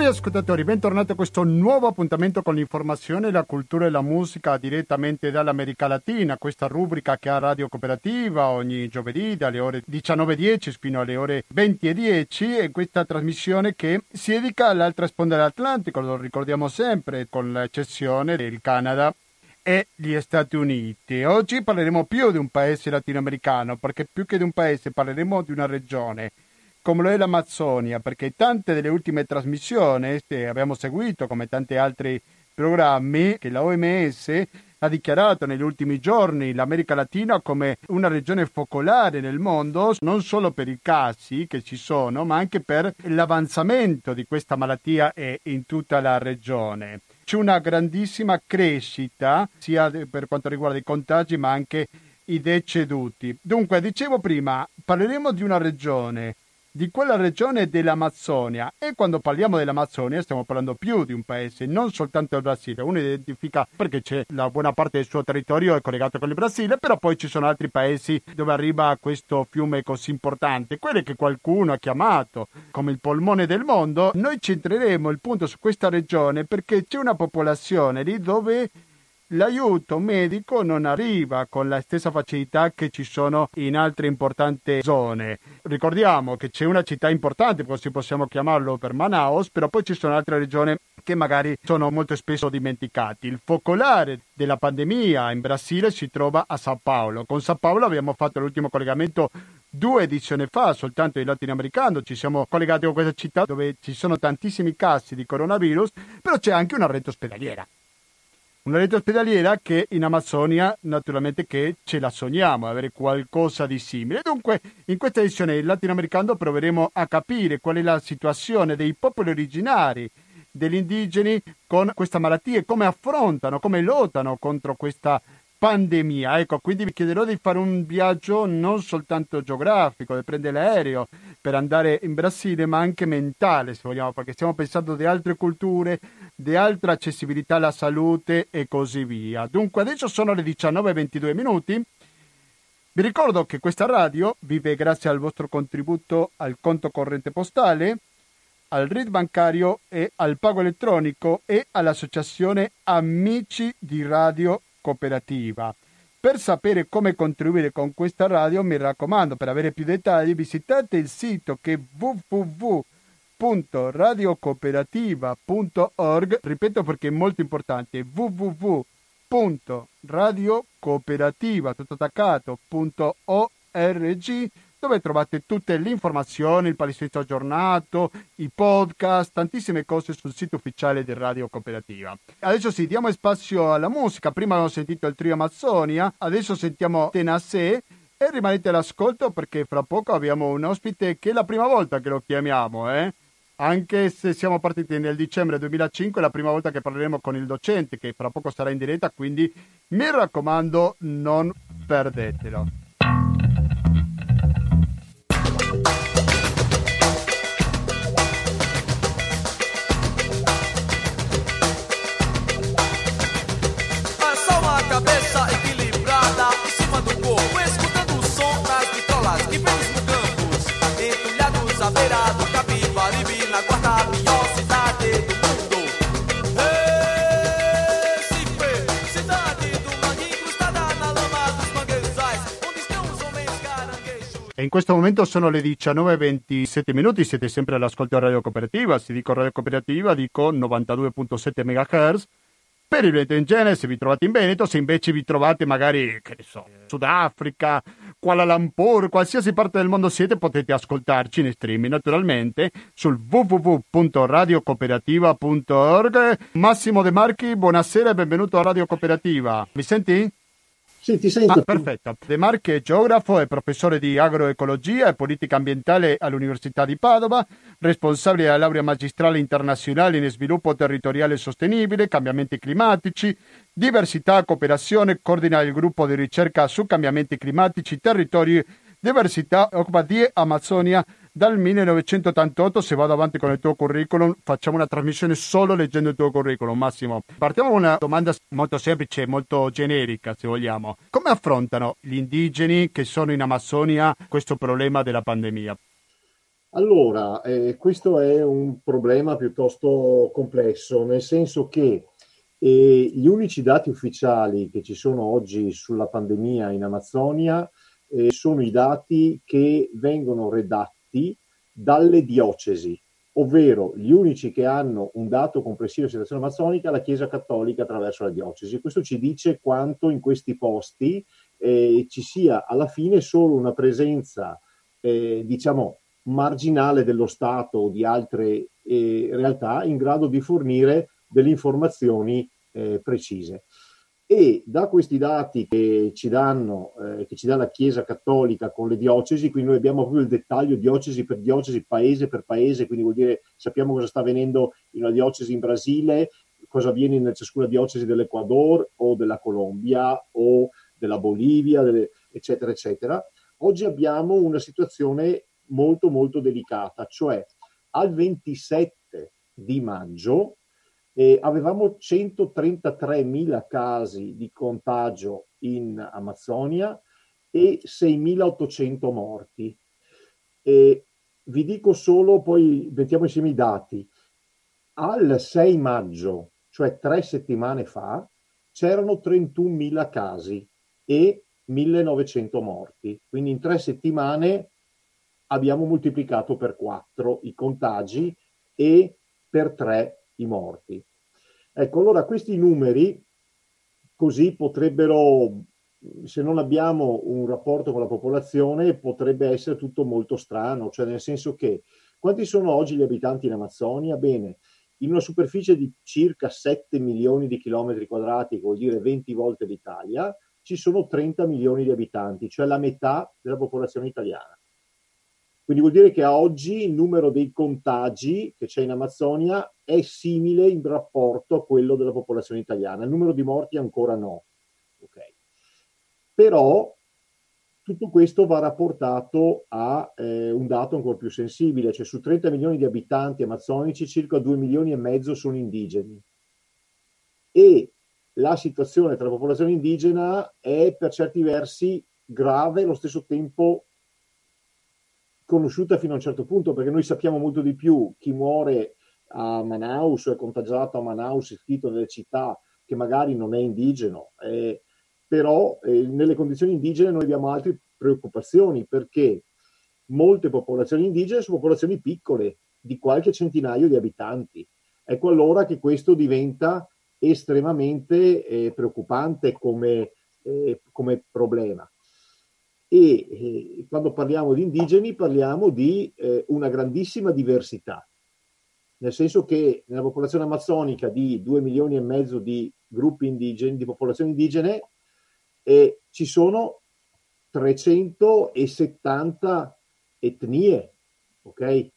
ascoltatori, bentornati a questo nuovo appuntamento con l'informazione, la cultura e la musica direttamente dall'America Latina, questa rubrica che ha Radio Cooperativa ogni giovedì dalle ore 19:10 fino alle ore 20:10 e questa trasmissione che si dedica all'altra sponda dell'Atlantico, lo ricordiamo sempre, con l'eccezione del Canada e gli Stati Uniti. Oggi parleremo più di un paese latinoamericano, perché più che di un paese parleremo di una regione, come lo è l'Amazzonia, perché tante delle ultime trasmissioni che abbiamo seguito, come tanti altri programmi, che la OMS ha dichiarato negli ultimi giorni l'America Latina come una regione focolare nel mondo, non solo per i casi che ci sono, ma anche per l'avanzamento di questa malattia in tutta la regione. C'è una grandissima crescita, sia per quanto riguarda i contagi, ma anche i deceduti. Dunque, dicevo prima, parleremo di una regione, di quella regione dell'Amazzonia, e quando parliamo dell'Amazzonia stiamo parlando più di un paese, non soltanto il Brasile. Uno identifica perché c'è la buona parte del suo territorio è collegato con il Brasile, però poi ci sono altri paesi dove arriva questo fiume così importante, quelli che qualcuno ha chiamato come il polmone del mondo. Noi centreremo il punto su questa regione perché c'è una popolazione lì dove l'aiuto medico non arriva con la stessa facilità che ci sono in altre importanti zone. Ricordiamo che c'è una città importante, così possiamo chiamarlo, per Manaus, però poi ci sono altre regioni che magari sono molto spesso dimenticati. Il focolare della pandemia in Brasile si trova a Sao Paulo. Con Sao Paulo abbiamo fatto l'ultimo collegamento 2 edizioni fa, soltanto in latinoamericano. Ci siamo collegati con questa città dove ci sono tantissimi casi di coronavirus, però c'è anche una rete ospedaliera. Una rete ospedaliera che in Amazzonia naturalmente che ce la sogniamo, avere qualcosa di simile. Dunque in questa edizione latinoamericana proveremo a capire qual è la situazione dei popoli originari, degli indigeni con questa malattia e come affrontano, come lottano contro questa pandemia. Ecco, quindi vi chiederò di fare un viaggio non soltanto geografico, di prendere l'aereo per andare in Brasile, ma anche mentale, se vogliamo, perché stiamo pensando di altre culture, di altra accessibilità alla salute e così via. Dunque adesso sono le 19:22. Vi ricordo che questa radio vive grazie al vostro contributo al conto corrente postale, al RID bancario e al pago elettronico e all'associazione Amici di Radio Cooperativa. Per sapere come contribuire con questa radio, mi raccomando, per avere più dettagli visitate il sito che è www.radiocooperativa.org. Ripeto perché è molto importante: www.radiocooperativa.org, dove trovate tutte le informazioni, il palinsesto aggiornato, i podcast, tantissime cose sul sito ufficiale di Radio Cooperativa. Adesso sì, diamo spazio alla musica. Prima abbiamo sentito il trio Amazzonia, adesso sentiamo Tenasè e rimanete all'ascolto perché fra poco abbiamo un ospite che è la prima volta che lo chiamiamo, Anche se siamo partiti nel dicembre 2005, è la prima volta che parleremo con il docente che fra poco sarà in diretta, quindi mi raccomando non perdetelo. Cabeça equilibrada em cima do corpo, escutando o som das vitrolas que vem no campus, entulhados à beira do Capibaribe, na quarta pior cidade do mundo. Recife, cidade do mangue, incrustada na lama dos manguezais, onde estão os homens caranguejos. E in questo momento sono le 19:27, siete sempre all'ascolto a Radio Cooperativa. Se dico Radio Cooperativa dico 92.7 MHz. Per il Veneto in genere, se vi trovate in Veneto, se invece vi trovate magari, che ne so, Sudafrica, Kuala Lumpur, qualsiasi parte del mondo siete, potete ascoltarci in streaming naturalmente sul www.radiocooperativa.org. Massimo De Marchi, buonasera e benvenuto a Radio Cooperativa. Mi senti? Sì, ti sento. Perfetto. De Marchi è geografo e professore di agroecologia e politica ambientale all'Università di Padova, responsabile della laurea magistrale internazionale in sviluppo territoriale sostenibile, cambiamenti climatici, diversità e cooperazione, coordina il gruppo di ricerca su cambiamenti climatici, territori, diversità, occupa di Amazzonia dal 1988. Se vado avanti con il tuo curriculum, facciamo una trasmissione solo leggendo il tuo curriculum, Massimo. Partiamo con una domanda molto semplice, molto generica, se vogliamo. Come affrontano gli indigeni che sono in Amazzonia questo problema della pandemia? Allora, questo è un problema piuttosto complesso, nel senso che gli unici dati ufficiali che ci sono oggi sulla pandemia in Amazzonia sono i dati che vengono redatti dalle diocesi, ovvero gli unici che hanno un dato complessivo di situazione amazzonica è la Chiesa Cattolica attraverso la diocesi. Questo ci dice quanto in questi posti ci sia alla fine solo una presenza, diciamo, marginale dello Stato o di altre realtà in grado di fornire delle informazioni precise. E da questi dati che ci danno, che ci dà la Chiesa Cattolica con le diocesi, quindi noi abbiamo proprio il dettaglio diocesi per diocesi, paese per paese, quindi vuol dire sappiamo cosa sta avvenendo in una diocesi in Brasile, cosa avviene in ciascuna diocesi dell'Ecuador o della Colombia o della Bolivia, eccetera, eccetera. Oggi abbiamo una situazione molto molto delicata, cioè al 27 di maggio avevamo 133.000 casi di contagio in Amazzonia e 6.800 morti. Vi dico solo, poi mettiamo insieme i dati. Al 6 maggio, cioè 3 settimane fa, c'erano 31.000 casi e 1.900 morti. Quindi in 3 settimane abbiamo moltiplicato per 4 i contagi e per 3 i morti. Ecco, allora questi numeri così potrebbero, se non abbiamo un rapporto con la popolazione, potrebbe essere tutto molto strano, cioè nel senso che quanti sono oggi gli abitanti in Amazzonia? Bene, in una superficie di circa 7 milioni di chilometri quadrati, che vuol dire 20 volte l'Italia, ci sono 30 milioni di abitanti, cioè la metà della popolazione italiana. Quindi vuol dire che a oggi il numero dei contagi che c'è in Amazzonia è simile in rapporto a quello della popolazione italiana. Il numero di morti ancora no. Okay. Però tutto questo va rapportato a un dato ancora più sensibile, cioè su 30 milioni di abitanti amazzonici circa 2 milioni e mezzo sono indigeni. E la situazione tra la popolazione indigena è per certi versi grave e allo stesso tempo conosciuta fino a un certo punto, perché noi sappiamo molto di più chi muore a Manaus o è contagiato a Manaus, iscritto nelle città, che magari non è indigeno, però nelle condizioni indigene noi abbiamo altre preoccupazioni, perché molte popolazioni indigene sono popolazioni piccole, di qualche centinaio di abitanti. Ecco allora che questo diventa estremamente preoccupante come problema. E quando parliamo di indigeni parliamo di una grandissima diversità, nel senso che nella popolazione amazzonica di 2 milioni e mezzo di gruppi indigeni, di popolazioni indigene, ci sono 370 etnie, ok?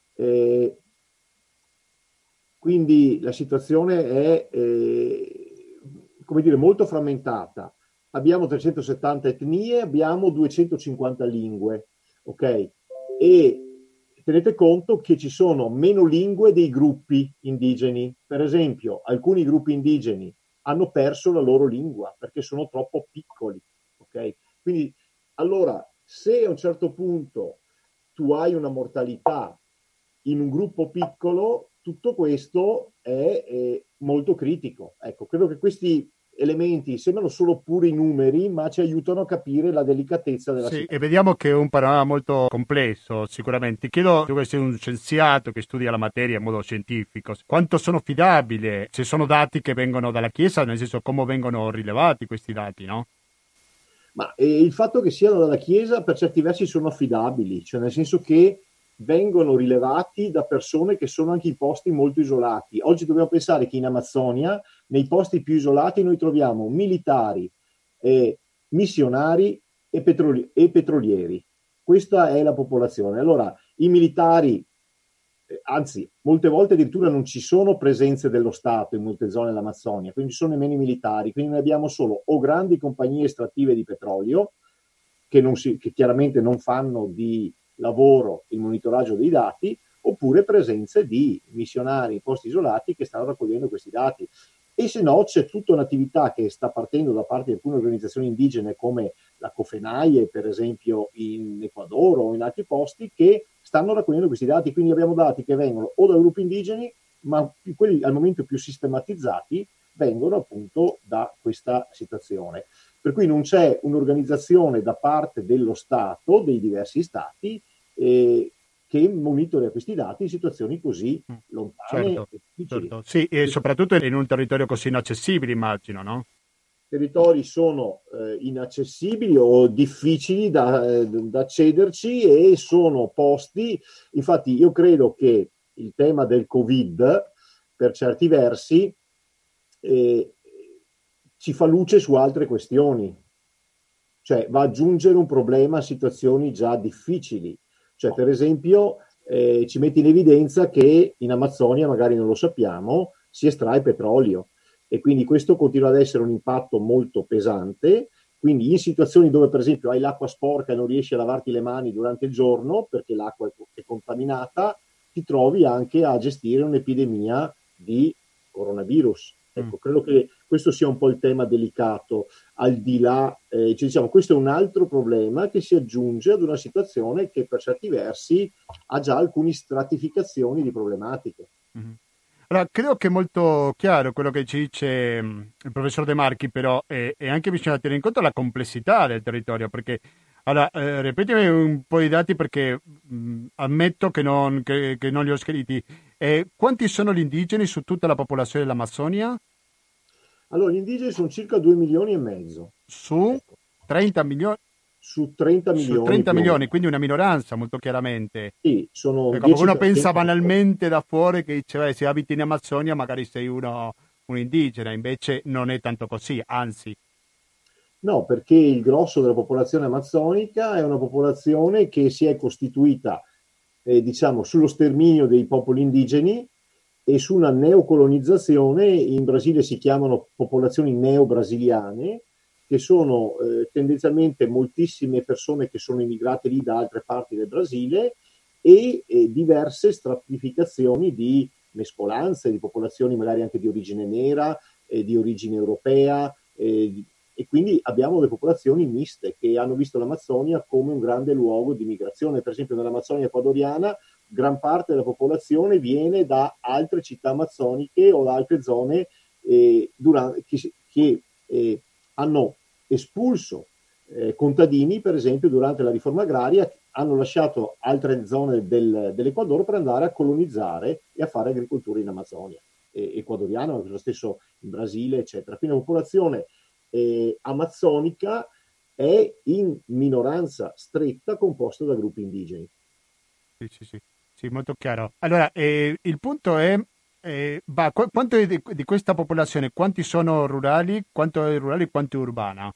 Quindi la situazione è come dire, molto frammentata. Abbiamo 370 etnie, abbiamo 250 lingue, ok? E tenete conto che ci sono meno lingue dei gruppi indigeni. Per esempio, alcuni gruppi indigeni hanno perso la loro lingua perché sono troppo piccoli, ok? Quindi, allora, se a un certo punto tu hai una mortalità in un gruppo piccolo, tutto questo è molto critico. Ecco, credo che questi elementi sembrano solo puri numeri, ma ci aiutano a capire la delicatezza della situazione. E vediamo che è un panorama molto complesso, sicuramente. Chiedo, tu sei un scienziato che studia la materia in modo scientifico, quanto sono affidabili? Se sono dati che vengono dalla Chiesa, nel senso come vengono rilevati questi dati, no? Ma il fatto che siano dalla Chiesa per certi versi sono affidabili, cioè nel senso che vengono rilevati da persone che sono anche in posti molto isolati. Oggi dobbiamo pensare che in Amazzonia, nei posti più isolati, noi troviamo militari, missionari e petrolieri. Questa è la popolazione. Allora, i militari, anzi, molte volte addirittura non ci sono presenze dello Stato in molte zone dell'Amazzonia, quindi ci sono nemmeno i militari, quindi noi abbiamo solo o grandi compagnie estrattive di petrolio, che chiaramente non fanno di lavoro il monitoraggio dei dati, oppure presenze di missionari in posti isolati che stanno raccogliendo questi dati. e se no c'è tutta un'attività che sta partendo da parte di alcune organizzazioni indigene come la Cofenaie, per esempio in Ecuador o in altri posti, che stanno raccogliendo questi dati. Quindi abbiamo dati che vengono o da gruppi indigeni, ma quelli al momento più sistematizzati vengono appunto da questa situazione. Per cui non c'è un'organizzazione da parte dello Stato, dei diversi Stati, che monitora questi dati in situazioni così lontane certo, e difficili. certo. Sì, e soprattutto in un territorio così inaccessibile, immagino, no? Territori sono inaccessibili o difficili da accederci e sono posti, infatti io credo che il tema del Covid per certi versi ci fa luce su altre questioni, cioè va ad aggiungere un problema a situazioni già difficili, cioè per esempio ci mette in evidenza che in Amazzonia, magari non lo sappiamo, si estrae petrolio e quindi questo continua ad essere un impatto molto pesante. Quindi in situazioni dove per esempio hai l'acqua sporca e non riesci a lavarti le mani durante il giorno perché l'acqua è contaminata, ti trovi anche a gestire un'epidemia di coronavirus. Ecco, credo che questo sia un po' il tema delicato, al di là, diciamo, questo è un altro problema che si aggiunge ad una situazione che per certi versi ha già alcune stratificazioni di problematiche. Allora, credo che è molto chiaro quello che ci dice il professor De Marchi, però e anche bisogna tenere in conto la complessità del territorio, perché, allora, ripetimi un po' i dati perché ammetto che non li ho scritti. Quanti sono gli indigeni su tutta la popolazione dell'Amazzonia? Allora, gli indigeni sono circa 2 milioni e mezzo. Su Ecco. 30 milioni? Su 30 Su milioni. 30 milioni, quindi una minoranza molto chiaramente. Sì, sono Ecco, uno pensa 10%. banalmente da fuori che dice, se abiti in Amazzonia magari sei un indigena, invece non è tanto così, anzi. No, perché il grosso della popolazione amazzonica è una popolazione che si è costituita, diciamo, sullo sterminio dei popoli indigeni e su una neocolonizzazione. In Brasile si chiamano popolazioni neo-brasiliane, che sono tendenzialmente moltissime persone che sono immigrate lì da altre parti del Brasile e diverse stratificazioni di mescolanze, di popolazioni magari anche di origine nera, di origine europea, e quindi abbiamo le popolazioni miste che hanno visto l'Amazzonia come un grande luogo di migrazione. Per esempio nell'Amazzonia ecuadoriana gran parte della popolazione viene da altre città amazzoniche o da altre zone che hanno espulso contadini, per esempio durante la riforma agraria, hanno lasciato altre zone dell'Ecuador per andare a colonizzare e a fare agricoltura in Amazzonia ecuadoriana, ma lo stesso in Brasile, eccetera. Quindi la popolazione amazzonica è in minoranza stretta composta da gruppi indigeni. Sì, molto chiaro. Allora, il punto è, quanto è di questa popolazione, quanti sono rurali, quanto è rurale, quanto è urbana?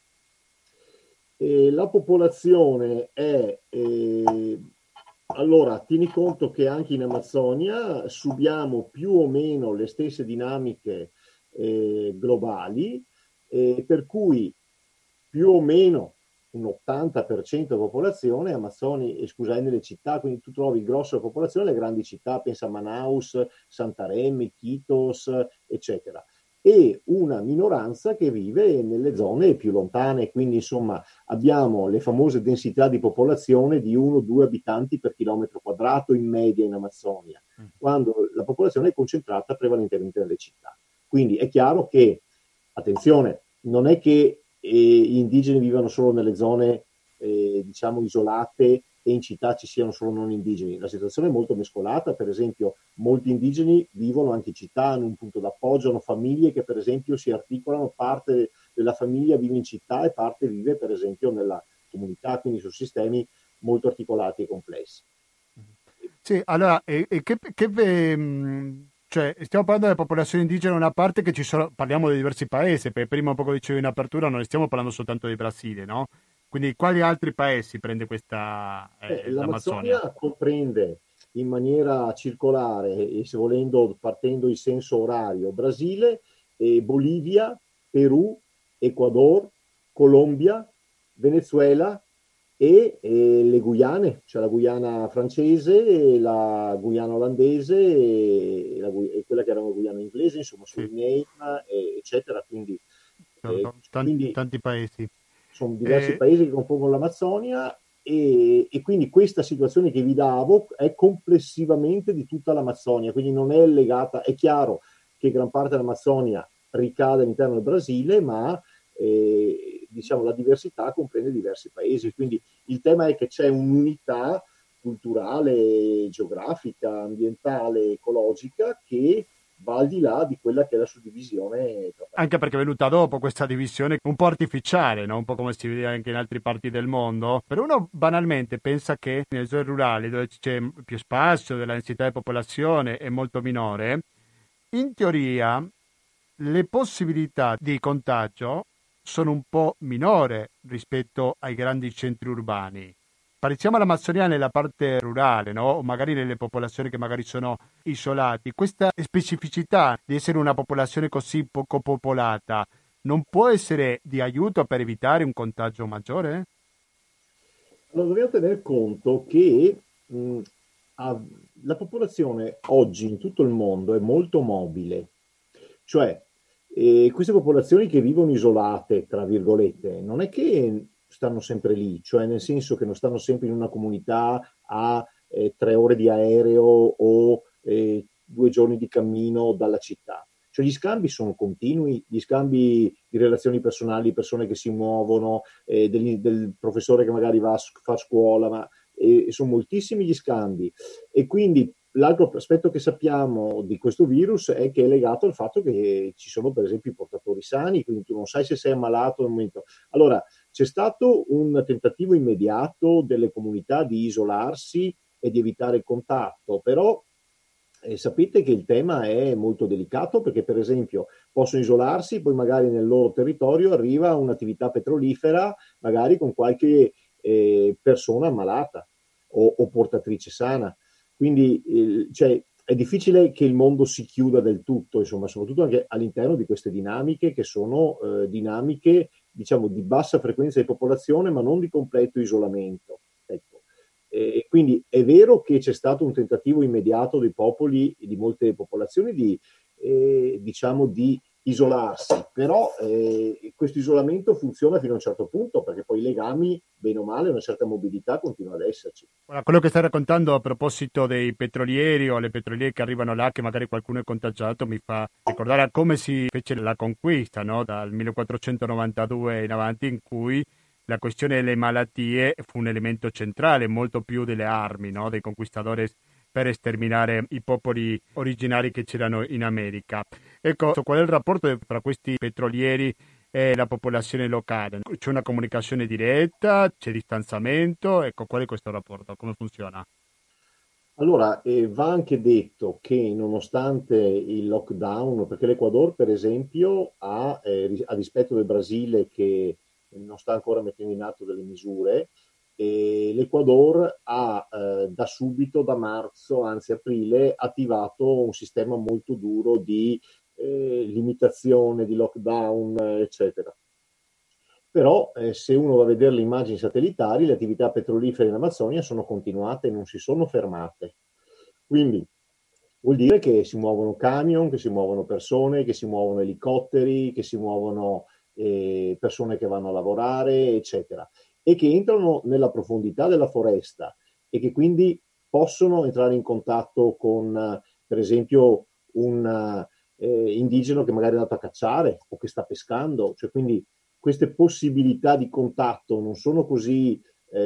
La popolazione è... allora, tieni conto che anche in Amazzonia subiamo più o meno le stesse dinamiche globali, per cui più o meno un 80% della popolazione è nelle città, quindi tu trovi il grosso della popolazione nelle grandi città, pensa a Manaus, Santarém, Quitos, eccetera, e una minoranza che vive nelle zone più lontane, quindi insomma abbiamo le famose densità di popolazione di 1-2 abitanti per chilometro quadrato in media in Amazzonia, quando la popolazione è concentrata prevalentemente nelle città. Quindi è chiaro che, attenzione, non è che gli indigeni vivano solo nelle zone diciamo isolate e in città ci siano solo non indigeni. La situazione è molto mescolata, per esempio molti indigeni vivono anche in città, hanno un punto d'appoggio, hanno famiglie che per esempio si articolano, parte della famiglia vive in città e parte vive per esempio nella comunità, quindi su sistemi molto articolati e complessi. Sì, allora, cioè, stiamo parlando della popolazione indigena, una parte che parliamo di diversi paesi, perché prima un po' dicevo in apertura, non stiamo parlando soltanto di Brasile, no? Quindi quali altri paesi prende questa l'Amazzonia comprende in maniera circolare e se volendo partendo in senso orario Brasile, Bolivia, Perù, Ecuador, Colombia, Venezuela, e le Guyane, cioè la Guyana francese, la Guyana olandese e quella che era una Guyana inglese, insomma Sì, Suriname, eccetera. certo, Quindi tanti paesi. sono diversi Eh, paesi che compongono l'Amazzonia e quindi questa situazione che vi davo è complessivamente di tutta l'Amazzonia, quindi non è legata, è chiaro che gran parte dell'Amazzonia ricade all'interno del Brasile, ma diciamo la diversità comprende diversi paesi, quindi il tema è che c'è un'unità culturale, geografica, ambientale, ecologica che va al di là di quella che è la suddivisione tra Anche paesi. perché è venuta dopo questa divisione un po' artificiale, no? Un po' come si vede anche in altre parti del mondo. Per uno banalmente pensa che nelle zone rurali dove c'è più spazio, dove la densità di popolazione è molto minore, in teoria le possibilità di contagio sono un po' minore rispetto ai grandi centri urbani. Parizziamo l'Amazzonia nella parte rurale, no? O magari nelle popolazioni che magari sono isolati. Questa specificità di essere una popolazione così poco popolata non può essere di aiuto per evitare un contagio maggiore? Allora, dobbiamo tener conto che mh, ha- la popolazione oggi in tutto il mondo è molto mobile, cioè queste popolazioni che vivono isolate, tra virgolette, non è che stanno sempre lì, cioè nel senso che non stanno sempre in una comunità a 3 ore di aereo o 2 giorni di cammino dalla città. Cioè gli scambi sono continui, gli scambi di relazioni personali, persone che si muovono, del professore che magari va a fare scuola, ma sono moltissimi gli scambi. E quindi l'altro aspetto che sappiamo di questo virus è che è legato al fatto che ci sono per esempio i portatori sani, quindi tu non sai se sei ammalato nel momento. Allora, c'è stato un tentativo immediato delle comunità di isolarsi e di evitare il contatto, però sapete che il tema è molto delicato perché per esempio possono isolarsi, poi magari nel loro territorio arriva un'attività petrolifera, magari con qualche persona ammalata o portatrice sana. Quindi cioè, è difficile che il mondo si chiuda del tutto, insomma, soprattutto anche all'interno di queste dinamiche che sono dinamiche, diciamo, di bassa frequenza di popolazione, ma non di completo isolamento. Ecco. Quindi è vero che c'è stato un tentativo immediato dei popoli e di molte popolazioni diciamo, di isolarsi, però questo isolamento funziona fino a un certo punto perché poi i legami, bene o male, una certa mobilità continua ad esserci. Ora, quello che stai raccontando a proposito dei petrolieri o le petroliere che arrivano là, che magari qualcuno è contagiato, mi fa ricordare a come si fece la conquista, no? Dal 1492 in avanti, in cui la questione delle malattie fu un elemento centrale, molto più delle armi, no? Dei conquistadores per sterminare i popoli originari che c'erano in America. Ecco, qual è il rapporto tra questi petrolieri e la popolazione locale? C'è una comunicazione diretta? C'è distanziamento? Ecco, qual è questo rapporto? Come funziona? Allora, va anche detto che nonostante il lockdown, perché l'Ecuador per esempio ha, a dispetto del Brasile che non sta ancora mettendo in atto delle misure, l'Ecuador ha da subito, da marzo, anzi aprile, attivato un sistema molto duro di limitazione, di lockdown, eccetera. Però se uno va a vedere le immagini satellitari, le attività petrolifere in Amazzonia sono continuate e non si sono fermate. Quindi vuol dire che si muovono camion, che si muovono persone, che si muovono elicotteri, che si muovono persone che vanno a lavorare, eccetera, e che entrano nella profondità della foresta e che quindi possono entrare in contatto con, per esempio, un indigeno che magari è andato a cacciare o che sta pescando, cioè quindi queste possibilità di contatto non sono così,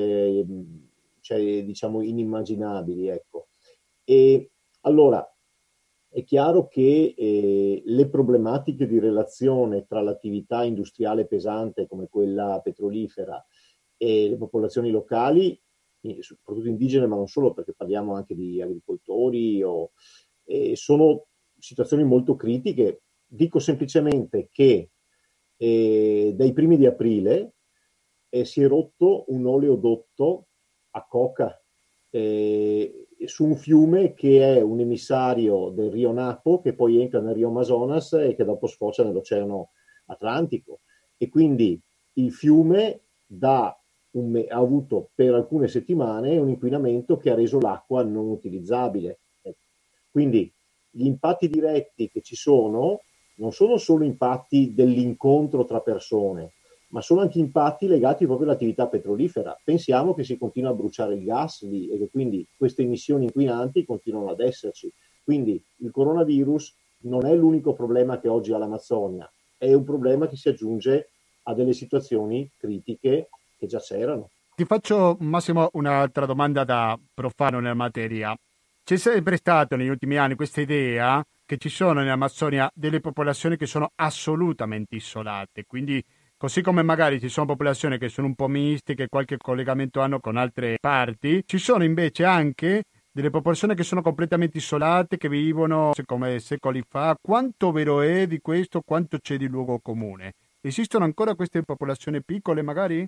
cioè, diciamo, inimmaginabili, ecco. E allora è chiaro che le problematiche di relazione tra l'attività industriale pesante come quella petrolifera e le popolazioni locali, soprattutto indigene, ma non solo, perché parliamo anche di agricoltori, sono situazioni molto critiche. Dico semplicemente che dai primi di aprile si è rotto un oleodotto a coca su un fiume che è un emissario del Rio Napo che poi entra nel Rio Amazonas e che dopo sfocia nell'Oceano Atlantico. E quindi il fiume dà ha avuto per alcune settimane un inquinamento che ha reso l'acqua non utilizzabile. Quindi gli impatti diretti che ci sono non sono solo impatti dell'incontro tra persone, ma sono anche impatti legati proprio all'attività petrolifera. Pensiamo che si continua a bruciare il gas lì e che quindi queste emissioni inquinanti continuano ad esserci. Quindi il coronavirus non è l'unico problema che oggi ha l'Amazzonia, è un problema che si aggiunge a delle situazioni critiche che già c'erano. Ti faccio, Massimo, un'altra domanda da profano nella materia. C'è sempre stato negli ultimi anni questa idea che ci sono in Amazzonia delle popolazioni che sono assolutamente isolate, quindi così come magari ci sono popolazioni che sono un po' miste, che qualche collegamento hanno con altre parti, ci sono invece anche delle popolazioni che sono completamente isolate, che vivono come secoli fa. Quanto vero è di questo? Quanto c'è di luogo comune? Esistono ancora queste popolazioni piccole magari?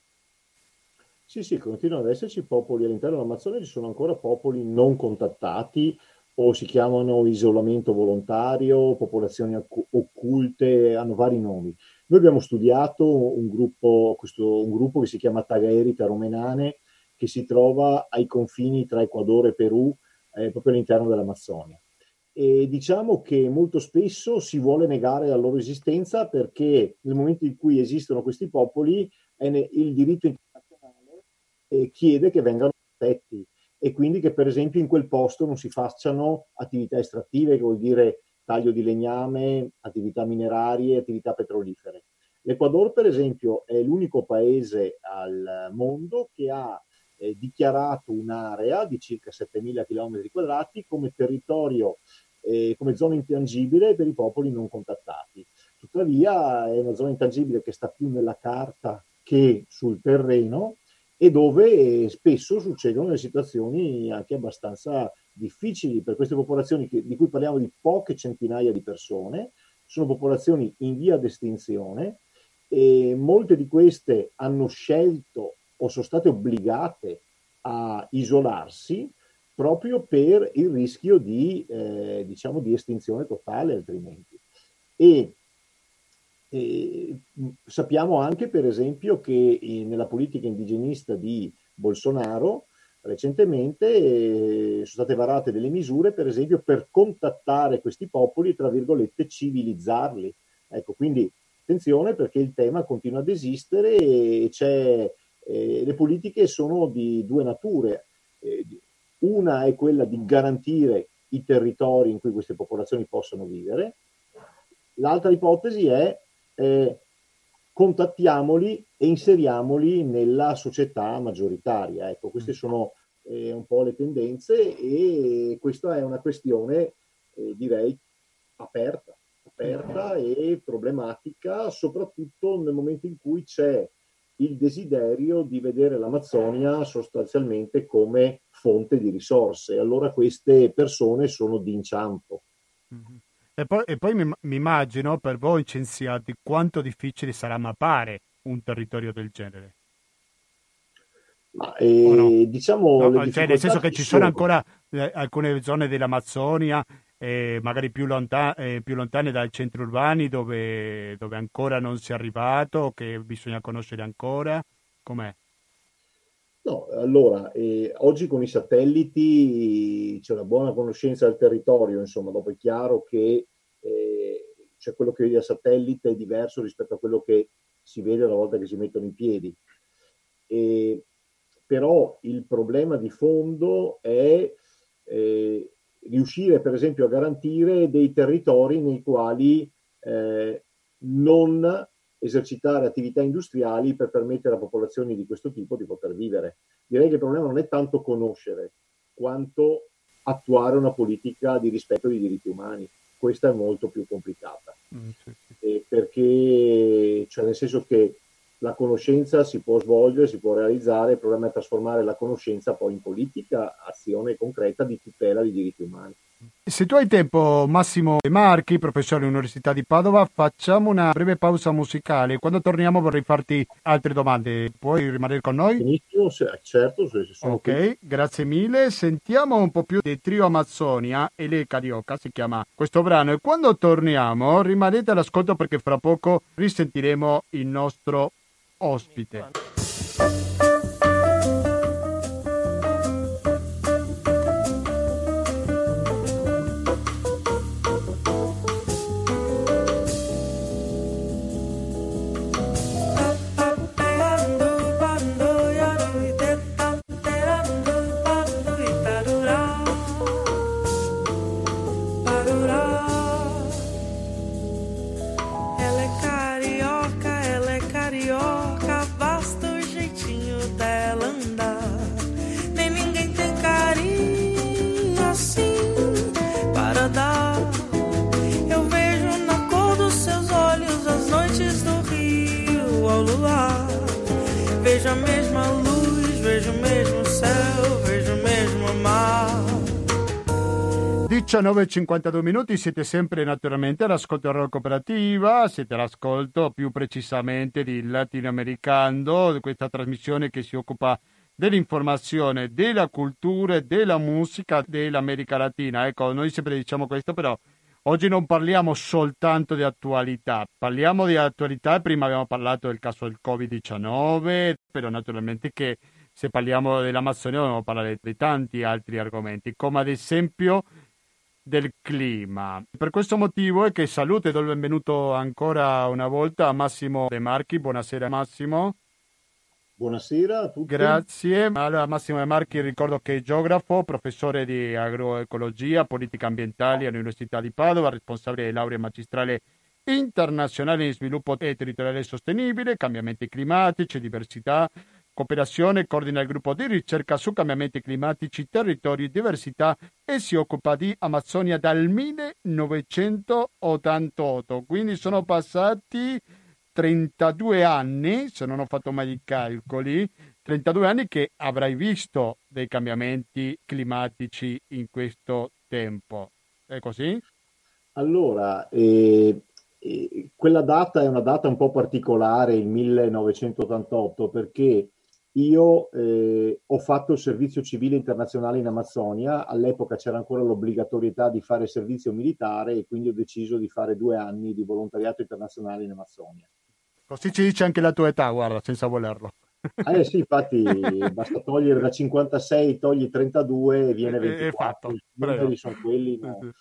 Sì, continuano ad esserci popoli all'interno dell'Amazzonia, ci sono ancora popoli non contattati o si chiamano isolamento volontario, popolazioni occulte, hanno vari nomi. Noi abbiamo studiato un gruppo che si chiama Tagheri Taromenane, che si trova ai confini tra Ecuadore e Perù, proprio all'interno dell'Amazzonia. E diciamo che molto spesso si vuole negare la loro esistenza perché nel momento in cui esistono questi popoli il diritto internazionale chiede che vengano protetti e quindi che per esempio in quel posto non si facciano attività estrattive, che vuol dire taglio di legname, attività minerarie, attività petrolifere. L'Ecuador per esempio è l'unico paese al mondo che ha dichiarato un'area di circa 7.000 km² come territorio, come zona intangibile per i popoli non contattati. Tuttavia è una zona intangibile che sta più nella carta che sul terreno e dove spesso succedono delle situazioni anche abbastanza difficili per queste popolazioni di cui parliamo di poche centinaia di persone. Sono popolazioni in via d'estinzione e molte di queste hanno scelto o sono state obbligate a isolarsi proprio per il rischio di estinzione totale altrimenti. Sappiamo anche per esempio che nella politica indigenista di Bolsonaro recentemente sono state varate delle misure per esempio per contattare questi popoli e tra virgolette civilizzarli. Ecco, quindi attenzione perché il tema continua ad esistere e le politiche sono di due nature. Una è quella di garantire i territori in cui queste popolazioni possono vivere. L'altra ipotesi è contattiamoli e inseriamoli nella società maggioritaria. Ecco, queste sono un po' le tendenze e questa è una questione, direi, aperta e problematica, soprattutto nel momento in cui c'è il desiderio di vedere l'Amazzonia sostanzialmente come fonte di risorse. Allora queste persone sono d'inciampo. Mm-hmm. E poi mi immagino per voi scienziati quanto difficile sarà mappare un territorio del genere. Ma no? Diciamo no, cioè nel senso che ci sono ancora alcune zone dell'Amazzonia magari più lontane dal centro urbani dove ancora non si è arrivato, che bisogna conoscere ancora. Com'è? No, allora, oggi con i satelliti c'è una buona conoscenza del territorio, insomma, dopo è chiaro che quello che vedi a satellite è diverso rispetto a quello che si vede una volta che si mettono in piedi. Però il problema di fondo è riuscire, per esempio, a garantire dei territori nei quali non esercitare attività industriali per permettere a popolazioni di questo tipo di poter vivere. Direi che il problema non è tanto conoscere quanto attuare una politica di rispetto dei diritti umani. Questa è molto più complicata, perché nel senso che la conoscenza si può svolgere, si può realizzare, il problema è trasformare la conoscenza poi in politica, azione concreta di tutela dei diritti umani. Se tu hai tempo, Massimo Marchi, professore all'Università di Padova, facciamo una breve pausa musicale. Quando torniamo vorrei farti altre domande. Puoi rimanere con noi? Benissimo, certo. Ok, qui. Grazie mille. Sentiamo un po' più del trio Amazzonia e le Carioca, si chiama questo brano. E quando torniamo rimanete all'ascolto perché fra poco risentiremo il nostro ospite. Vejo a mesma luz, vejo o mesmo céu, vejo o mesmo mar. 19:52 minuti, siete sempre naturalmente all'ascolto della Radio Cooperativa, siete all'ascolto più precisamente di Latinoamericano, di questa trasmissione che si occupa dell'informazione, della cultura e della musica dell'America Latina. Ecco, noi sempre diciamo questo, però oggi non parliamo soltanto di attualità, parliamo di attualità. Prima abbiamo parlato del caso del Covid-19, però naturalmente che se parliamo dell'Amazzonia dobbiamo parlare di tanti altri argomenti, come ad esempio del clima. Per questo motivo è che saluto e do il benvenuto ancora una volta a Massimo De Marchi. Buonasera Massimo. Buonasera a tutti. Grazie. Allora, Massimo De Marchi, ricordo che è geografo, professore di agroecologia, politica ambientale all'Università di Padova, responsabile di laurea magistrale internazionale in sviluppo e territoriale sostenibile, cambiamenti climatici, diversità, cooperazione, coordina il gruppo di ricerca su cambiamenti climatici, territori, diversità e si occupa di Amazzonia dal 1988. Quindi sono passati 32 anni, se non ho fatto mai i calcoli, 32 anni che avrai visto dei cambiamenti climatici in questo tempo. È così? Allora, quella data è una data un po' particolare, il 1988, perché io ho fatto il servizio civile internazionale in Amazzonia. All'epoca c'era ancora l'obbligatorietà di fare servizio militare e quindi ho deciso di fare 2 anni di volontariato internazionale in Amazzonia. Così ci dice anche la tua età, guarda, senza volerlo. Sì, infatti basta togliere da 56, togli 32 e viene 24. È fatto. I numeri sono quelli, no? Sì.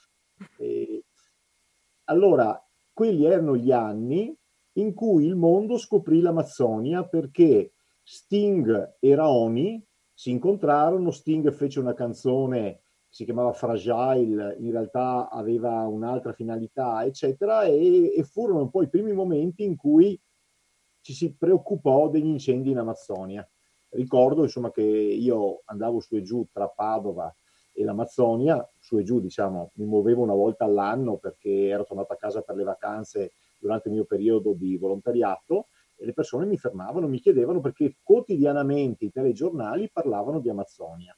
Allora, quelli erano gli anni in cui il mondo scoprì l'Amazzonia, perché Sting e Raoni si incontrarono. Sting fece una canzone che si chiamava Fragile, in realtà aveva un'altra finalità, eccetera, e furono un po' i primi momenti in cui ci si preoccupò degli incendi in Amazzonia. Ricordo insomma che io andavo su e giù tra Padova e l'Amazzonia, su e giù diciamo, mi muovevo una volta all'anno perché ero tornato a casa per le vacanze durante il mio periodo di volontariato, e le persone mi fermavano, mi chiedevano, perché quotidianamente i telegiornali parlavano di Amazzonia.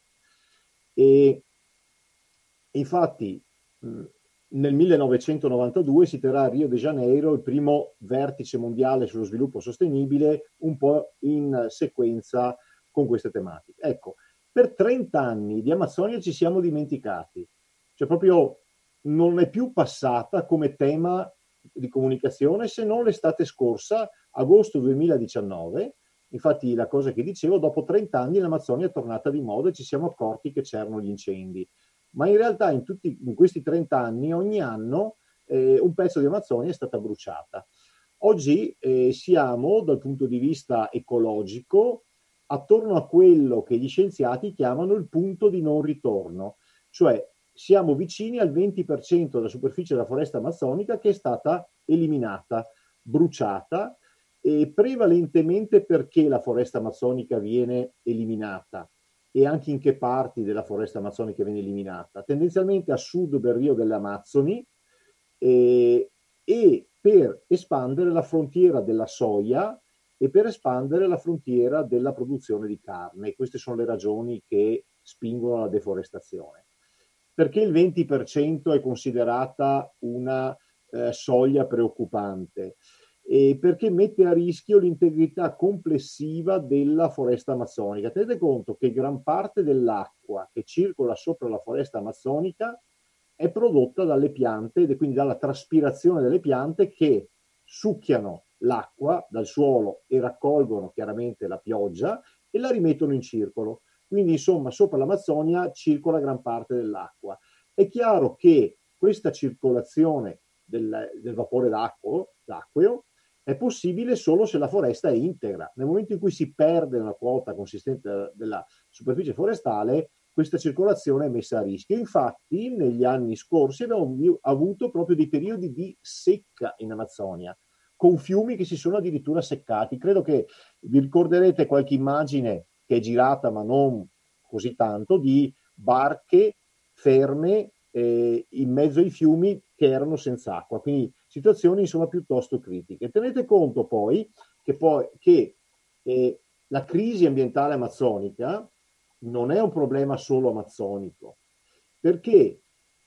E infatti nel 1992 si terrà a Rio de Janeiro il primo vertice mondiale sullo sviluppo sostenibile, un po' in sequenza con queste tematiche. Ecco, per 30 anni di Amazzonia ci siamo dimenticati, cioè proprio non è più passata come tema di comunicazione, se non l'estate scorsa, agosto 2019. Infatti la cosa che dicevo, dopo 30 anni l'Amazzonia è tornata di moda e ci siamo accorti che c'erano gli incendi. Ma in realtà in questi 30 anni, ogni anno, un pezzo di Amazzonia è stata bruciata. Oggi siamo, dal punto di vista ecologico, attorno a quello che gli scienziati chiamano il punto di non ritorno, cioè siamo vicini al 20% della superficie della foresta amazzonica che è stata eliminata, bruciata, e prevalentemente perché la foresta amazzonica viene eliminata e anche in che parti della foresta amazzonica viene eliminata, tendenzialmente a sud del Rio delle Amazzoni, e per espandere la frontiera della soia e per espandere la frontiera della produzione di carne. Queste sono le ragioni che spingono alla deforestazione. Perché il 20% è considerata una soglia preoccupante? Perché mette a rischio l'integrità complessiva della foresta amazzonica. Tenete conto che gran parte dell'acqua che circola sopra la foresta amazzonica è prodotta dalle piante, e quindi dalla traspirazione delle piante che succhiano l'acqua dal suolo e raccolgono chiaramente la pioggia e la rimettono in circolo. Quindi insomma sopra l'Amazzonia circola gran parte dell'acqua. È chiaro che questa circolazione del vapore d'acqueo è possibile solo se la foresta è integra. Nel momento in cui si perde una quota consistente della superficie forestale, questa circolazione è messa a rischio. Infatti, negli anni scorsi abbiamo avuto proprio dei periodi di secca in Amazzonia, con fiumi che si sono addirittura seccati. Credo che vi ricorderete qualche immagine che è girata, ma non così tanto, di barche ferme in mezzo ai fiumi che erano senza acqua. Quindi situazioni insomma piuttosto critiche. Tenete conto poi che la crisi ambientale amazzonica non è un problema solo amazzonico, perché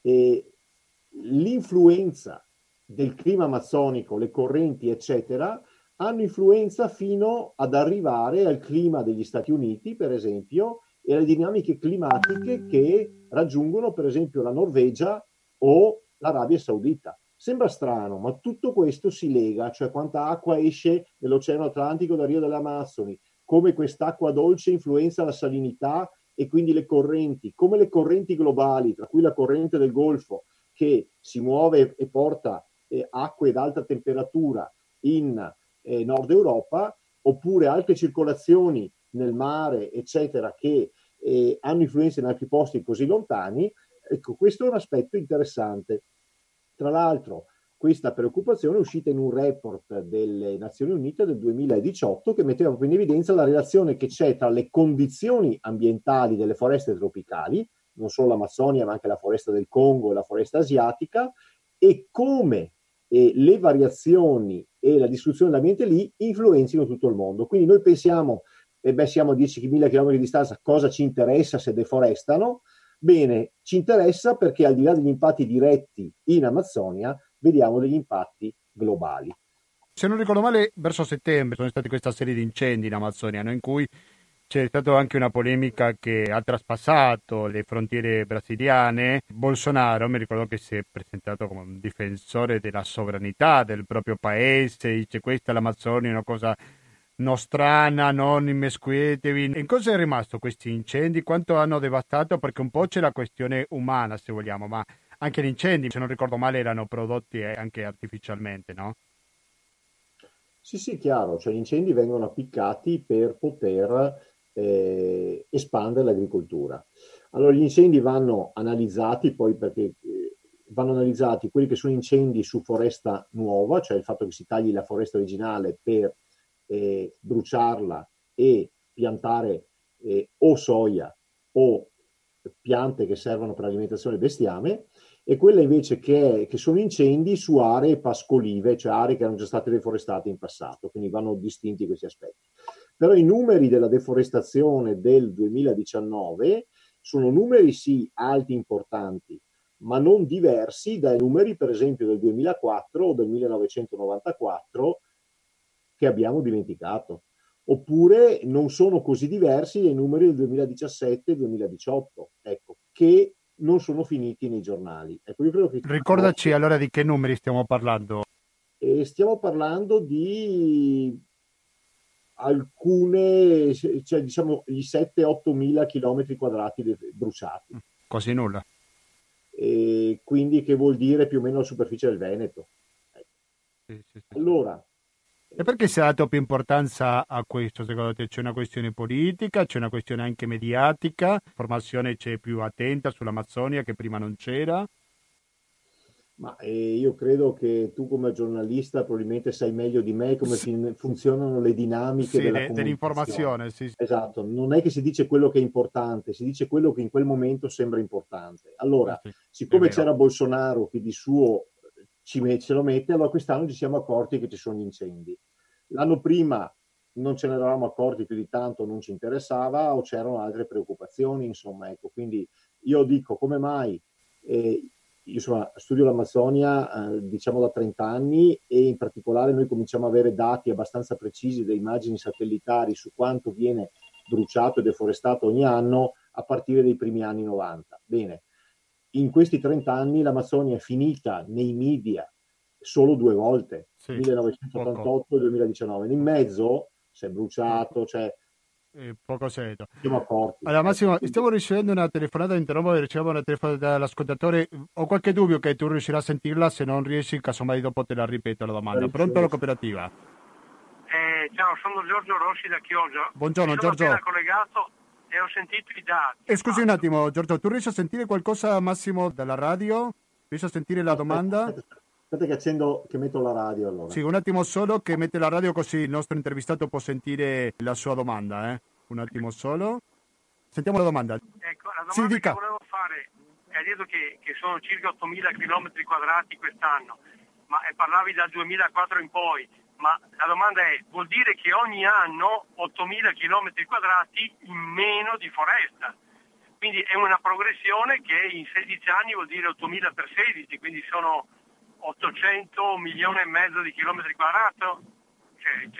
l'influenza del clima amazzonico, le correnti, eccetera, hanno influenza fino ad arrivare al clima degli Stati Uniti, per esempio, e alle dinamiche climatiche che raggiungono, per esempio, la Norvegia o l'Arabia Saudita. Sembra strano, ma tutto questo si lega, cioè quanta acqua esce nell'Oceano Atlantico da Rio delle Amazzoni, come quest'acqua dolce influenza la salinità e quindi le correnti, come le correnti globali, tra cui la corrente del Golfo, che si muove e porta acque ad alta temperatura in Nord Europa, oppure altre circolazioni nel mare, eccetera, che hanno influenza in altri posti così lontani. Ecco, questo è un aspetto interessante. Tra l'altro, questa preoccupazione è uscita in un report delle Nazioni Unite del 2018 che metteva proprio in evidenza la relazione che c'è tra le condizioni ambientali delle foreste tropicali, non solo l'Amazzonia ma anche la foresta del Congo e la foresta asiatica, e come le variazioni e la distruzione dell'ambiente lì influenzino tutto il mondo. Quindi noi pensiamo, siamo a 10.000 km di distanza, cosa ci interessa se deforestano? Bene, ci interessa perché al di là degli impatti diretti in Amazzonia, vediamo degli impatti globali. Se non ricordo male, verso settembre sono stati questa serie di incendi in Amazzonia, no? In cui c'è stata anche una polemica che ha traspassato le frontiere brasiliane. Bolsonaro, mi ricordo che si è presentato come un difensore della sovranità del proprio paese, dice questa è l'Amazzonia, è una cosa nostrana, non immiscuitevi. In cosa è rimasto questi incendi? Quanto hanno devastato? Perché un po' c'è la questione umana, se vogliamo, ma anche gli incendi, se non ricordo male, erano prodotti anche artificialmente, no? Sì, chiaro, cioè gli incendi vengono appiccati per poter espandere l'agricoltura. Allora gli incendi vanno analizzati poi perché vanno analizzati quelli che sono incendi su foresta nuova, cioè il fatto che si tagli la foresta originale per bruciarla e piantare o soia o piante che servono per l'alimentazione del bestiame, e quella invece che sono incendi su aree pascolive, cioè aree che erano già state deforestate in passato, quindi vanno distinti questi aspetti. Però i numeri della deforestazione del 2019 sono numeri sì alti, importanti, ma non diversi dai numeri per esempio del 2004 o del 1994 che abbiamo dimenticato, oppure non sono così diversi dai numeri del 2017 e 2018, ecco, che non sono finiti nei giornali. Ecco, io credo che Ricordaci allora di che numeri stiamo parlando. Stiamo parlando di alcune, cioè diciamo gli 7-8 mila chilometri quadrati bruciati. Quasi nulla. E quindi che vuol dire più o meno la superficie del Veneto. Sì. Allora, e perché si è dato più importanza a questo, secondo te? C'è una questione politica, c'è una questione anche mediatica, l'informazione c'è più attenta sull'Amazzonia che prima non c'era? Ma io credo che tu come giornalista probabilmente sai meglio di me come funzionano le dinamiche della comunicazione. Dell'informazione, sì. Esatto, non è che si dice quello che è importante, si dice quello che in quel momento sembra importante. Allora, siccome c'era Bolsonaro che di suo ce lo mette, allora quest'anno ci siamo accorti che ci sono gli incendi. L'anno prima non ce ne eravamo accorti più di tanto, non ci interessava o c'erano altre preoccupazioni, insomma, ecco. Quindi io dico, come mai... Io studio l'Amazzonia diciamo da 30 anni e in particolare noi cominciamo ad avere dati abbastanza precisi da immagini satellitari su quanto viene bruciato e deforestato ogni anno a partire dai primi anni 90. Bene, in questi 30 anni l'Amazzonia è finita nei media solo 2 volte, 1988 e 2019. In mezzo si è bruciato, cioè poco serio. Allora Massimo, stiamo ricevendo una telefonata, interrompo, riceviamo una telefonata dall'ascoltatore. Ho qualche dubbio che tu riuscirai a sentirla, se non riesci casomai dopo te la ripeto la domanda. Pronto alla cooperativa? Ciao, sono Giorgio Rossi da Chioggia. Buongiorno Giorgio. Sono appena collegato e ho sentito i dati. Scusi un attimo Giorgio, tu riesci a sentire qualcosa Massimo dalla radio? Riesci a sentire la domanda? Aspetta che metto la radio allora. Sì, un attimo solo che mette la radio così il nostro intervistato può sentire la sua domanda. Un attimo solo. Sentiamo la domanda. Ecco, la domanda che volevo fare è detto che sono circa 8.000 km quadrati quest'anno, ma parlavi dal 2004 in poi. Ma la domanda è, vuol dire che ogni anno 8.000 km quadrati in meno di foresta? Quindi è una progressione che in 16 anni vuol dire 8.000 per 16, quindi sono 800 milioni e mezzo di chilometri quadrati, cioè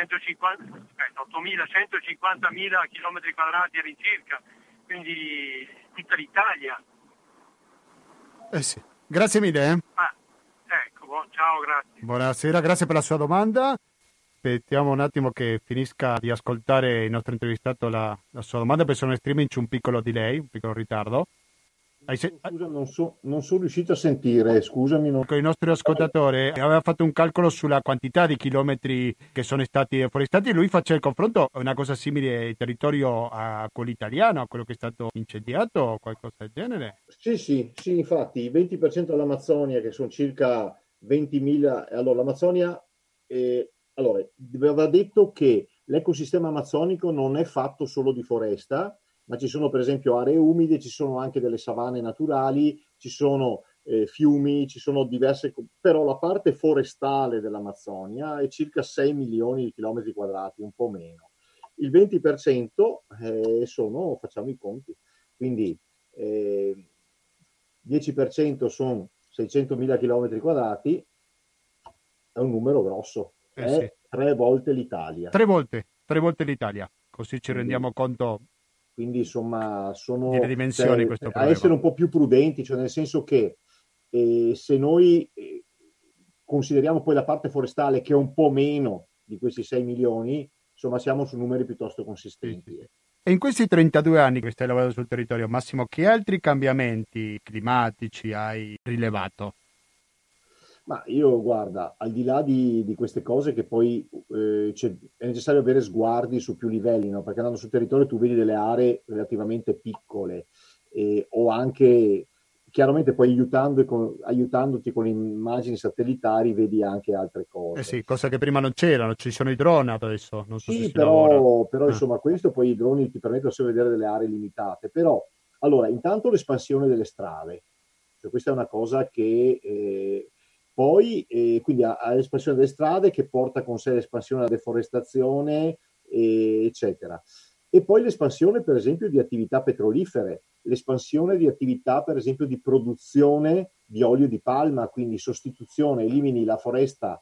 150.000 chilometri quadrati all'incirca, quindi tutta l'Italia. Sì. Grazie mille. Ecco, ciao, grazie. Buonasera, grazie per la sua domanda. Aspettiamo un attimo che finisca di ascoltare il nostro intervistato la sua domanda, perché sono in streaming, c'è un piccolo delay, un piccolo ritardo. Scusa, non sono riuscito a sentire, scusami. Il nostro ascoltatore aveva fatto un calcolo sulla quantità di chilometri che sono stati forestati e lui faceva il confronto, una cosa simile al territorio a quello italiano, a quello che è stato incendiato o qualcosa del genere. Sì, infatti il 20% dell'Amazzonia, che sono circa 20.000, allora l'Amazzonia, allora, aveva detto che l'ecosistema amazzonico non è fatto solo di foresta, ma ci sono per esempio aree umide, ci sono anche delle savane naturali, ci sono fiumi, ci sono diverse, però la parte forestale dell'Amazzonia è circa 6 milioni di chilometri quadrati, un po' meno. Il 20% sono, facciamo i conti, quindi 10% sono 600.000 chilometri quadrati, è un numero grosso, è Sì. 3 volte l'Italia. 3 volte l'Italia, così ci rendiamo conto. Quindi insomma sono delle dimensioni questo a problema. essere un po' più prudenti, cioè nel senso che se noi consideriamo poi la parte forestale che è un po' meno di questi 6 milioni, insomma siamo su numeri piuttosto consistenti. Sì. E in questi 32 anni che stai lavorando sul territorio, Massimo, che altri cambiamenti climatici hai rilevato? Ma io, guarda, al di là di queste cose che poi è necessario avere sguardi su più livelli, no? Perché andando sul territorio tu vedi delle aree relativamente piccole o anche, chiaramente poi aiutandoti con immagini satellitari vedi anche altre cose. Sì, cosa che prima non c'erano, ci sono i droni adesso, non so se Sì, si lavora. però insomma questo poi i droni ti permettono solo di vedere delle aree limitate, però allora intanto l'espansione delle strade, cioè questa è una cosa che poi quindi ha l'espansione delle strade che porta con sé l'espansione della deforestazione eccetera, e poi l'espansione per esempio di attività petrolifere, l'espansione di attività per esempio di produzione di olio di palma, quindi sostituzione, elimini la foresta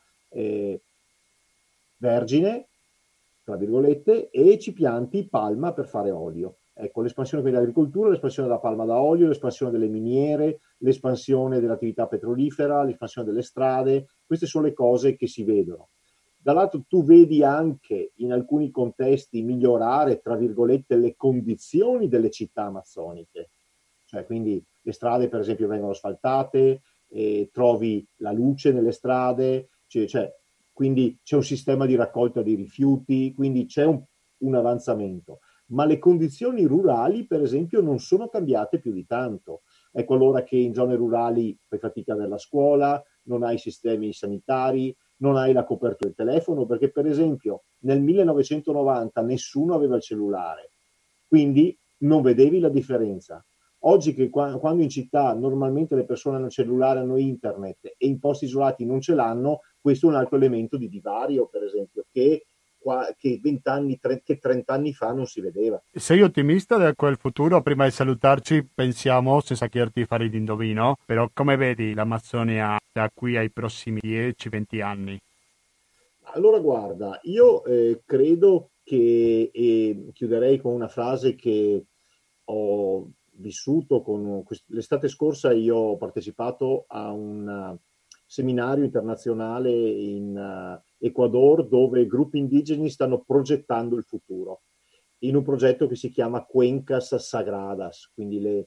vergine, tra virgolette, e ci pianti palma per fare olio. Ecco, l'espansione dell'agricoltura, l'espansione della palma da olio, l'espansione delle miniere, l'espansione dell'attività petrolifera, l'espansione delle strade, queste sono le cose che si vedono. Dall'altro tu vedi anche in alcuni contesti migliorare, tra virgolette, le condizioni delle città amazzoniche, cioè quindi le strade per esempio vengono asfaltate, trovi la luce nelle strade, quindi c'è un sistema di raccolta dei rifiuti, quindi c'è un avanzamento. Ma le condizioni rurali, per esempio, non sono cambiate più di tanto. Ecco allora che in zone rurali fai fatica ad avere la scuola, non hai sistemi sanitari, non hai la copertura del telefono, perché per esempio nel 1990 nessuno aveva il cellulare, quindi non vedevi la differenza. Oggi che quando in città normalmente le persone hanno il cellulare, hanno internet e in posti isolati non ce l'hanno, questo è un altro elemento di divario, per esempio, che 20 anni, che 30 anni fa non si vedeva. Sei ottimista da quel futuro? Prima di salutarci pensiamo, senza chiederti di fare l'indovino, però come vedi l'Amazzonia da qui ai prossimi 10-20 anni? Allora guarda, io credo che, e chiuderei con una frase che ho vissuto l'estate scorsa, io ho partecipato a un seminario internazionale in Ecuador dove gruppi indigeni stanno progettando il futuro in un progetto che si chiama Cuencas Sagradas, quindi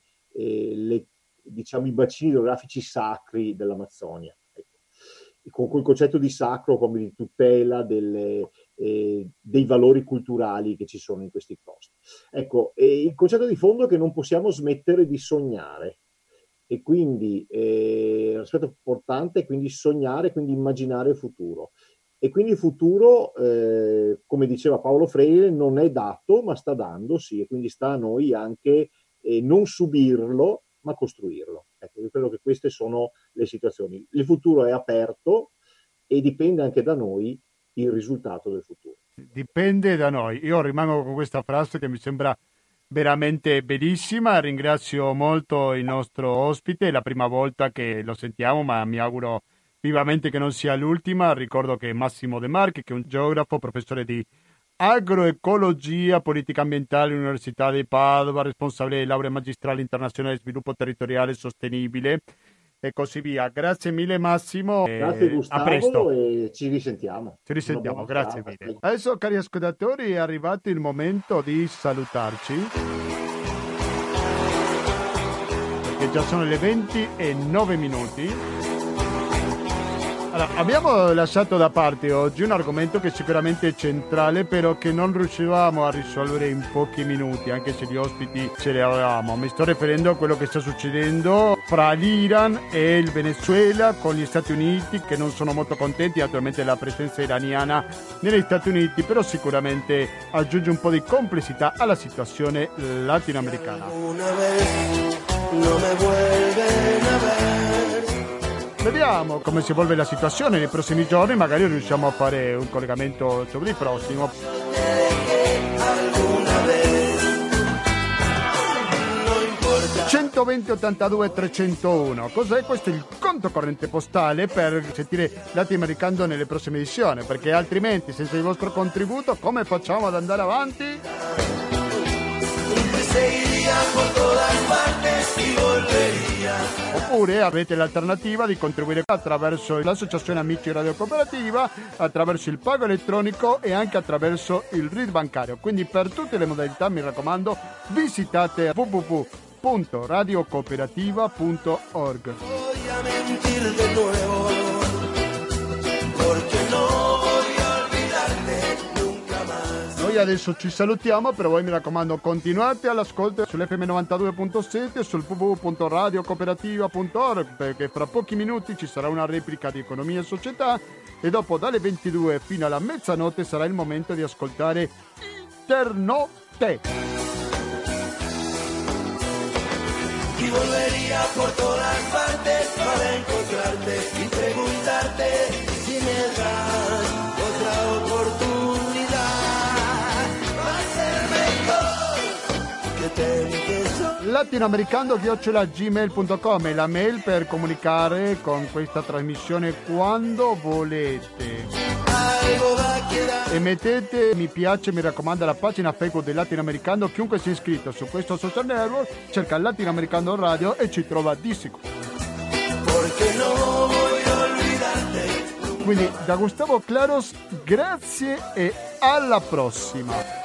diciamo i bacini idrografici sacri dell'Amazzonia. Ecco. Con quel concetto di sacro come di tutela dei valori culturali che ci sono in questi posti. Ecco, il concetto di fondo è che non possiamo smettere di sognare. E quindi l'aspetto importante è quindi sognare, quindi immaginare il futuro. E quindi il futuro, come diceva Paolo Freire, non è dato, ma sta dandosi, e quindi sta a noi anche non subirlo, ma costruirlo. Ecco, io credo che queste sono le situazioni. Il futuro è aperto e dipende anche da noi il risultato del futuro. Dipende da noi. Io rimango con questa frase che mi sembra veramente bellissima. Ringrazio molto il nostro ospite, è la prima volta che lo sentiamo, ma mi auguro vivamente che non sia l'ultima. Ricordo che Massimo De Marchi, che è un geografo, professore di agroecologia, politica ambientale all'Università di Padova, responsabile di laurea magistrale internazionale di sviluppo territoriale sostenibile e così via. Grazie mille Massimo. Grazie Gustavo, a presto. e ci risentiamo. Ci risentiamo, grazie mille. Adesso, cari ascoltatori, è arrivato il momento di salutarci, perché già sono le 20:09. Allora, abbiamo lasciato da parte oggi un argomento che sicuramente è centrale, però che non riuscivamo a risolvere in pochi minuti, anche se gli ospiti ce li avevamo. Mi sto riferendo a quello che sta succedendo fra l'Iran e il Venezuela, con gli Stati Uniti che non sono molto contenti naturalmente della presenza iraniana negli Stati Uniti, però sicuramente aggiunge un po' di complessità alla situazione latinoamericana. Vediamo come si evolve la situazione nei prossimi giorni, magari riusciamo a fare un collegamento giovedì prossimo. (120 82 301). Cos'è questo? Il conto corrente postale per sentire Latinoamericano nelle prossime edizioni, perché altrimenti senza il vostro contributo come facciamo ad andare avanti? Oppure avete l'alternativa di contribuire attraverso l'associazione Amici Radio Cooperativa, attraverso il pago elettronico e anche attraverso il RID bancario. Quindi per tutte le modalità, mi raccomando, visitate www.radiocooperativa.org. Noi adesso ci salutiamo, però voi mi raccomando continuate all'ascolto sull'FM 92.7 sul www.radiocooperativa.org, perché fra pochi minuti ci sarà una replica di Economia e Società e dopo dalle 22 fino alla mezzanotte sarà il momento di ascoltare Internotte. Y volvería por todas partes para encontrarte y preguntarte si me das otra oportunidad para ser mejor que te empezó. Latinoamericando@gmail.com è la mail per comunicare con questa trasmissione quando volete. E mettete mi piace, mi raccomando, alla pagina Facebook del Latinoamericano. Chiunque sia iscritto su questo social network cerca Latinoamericano Radio e ci trova di sicuro. Quindi da Gustavo Claros, grazie e alla prossima.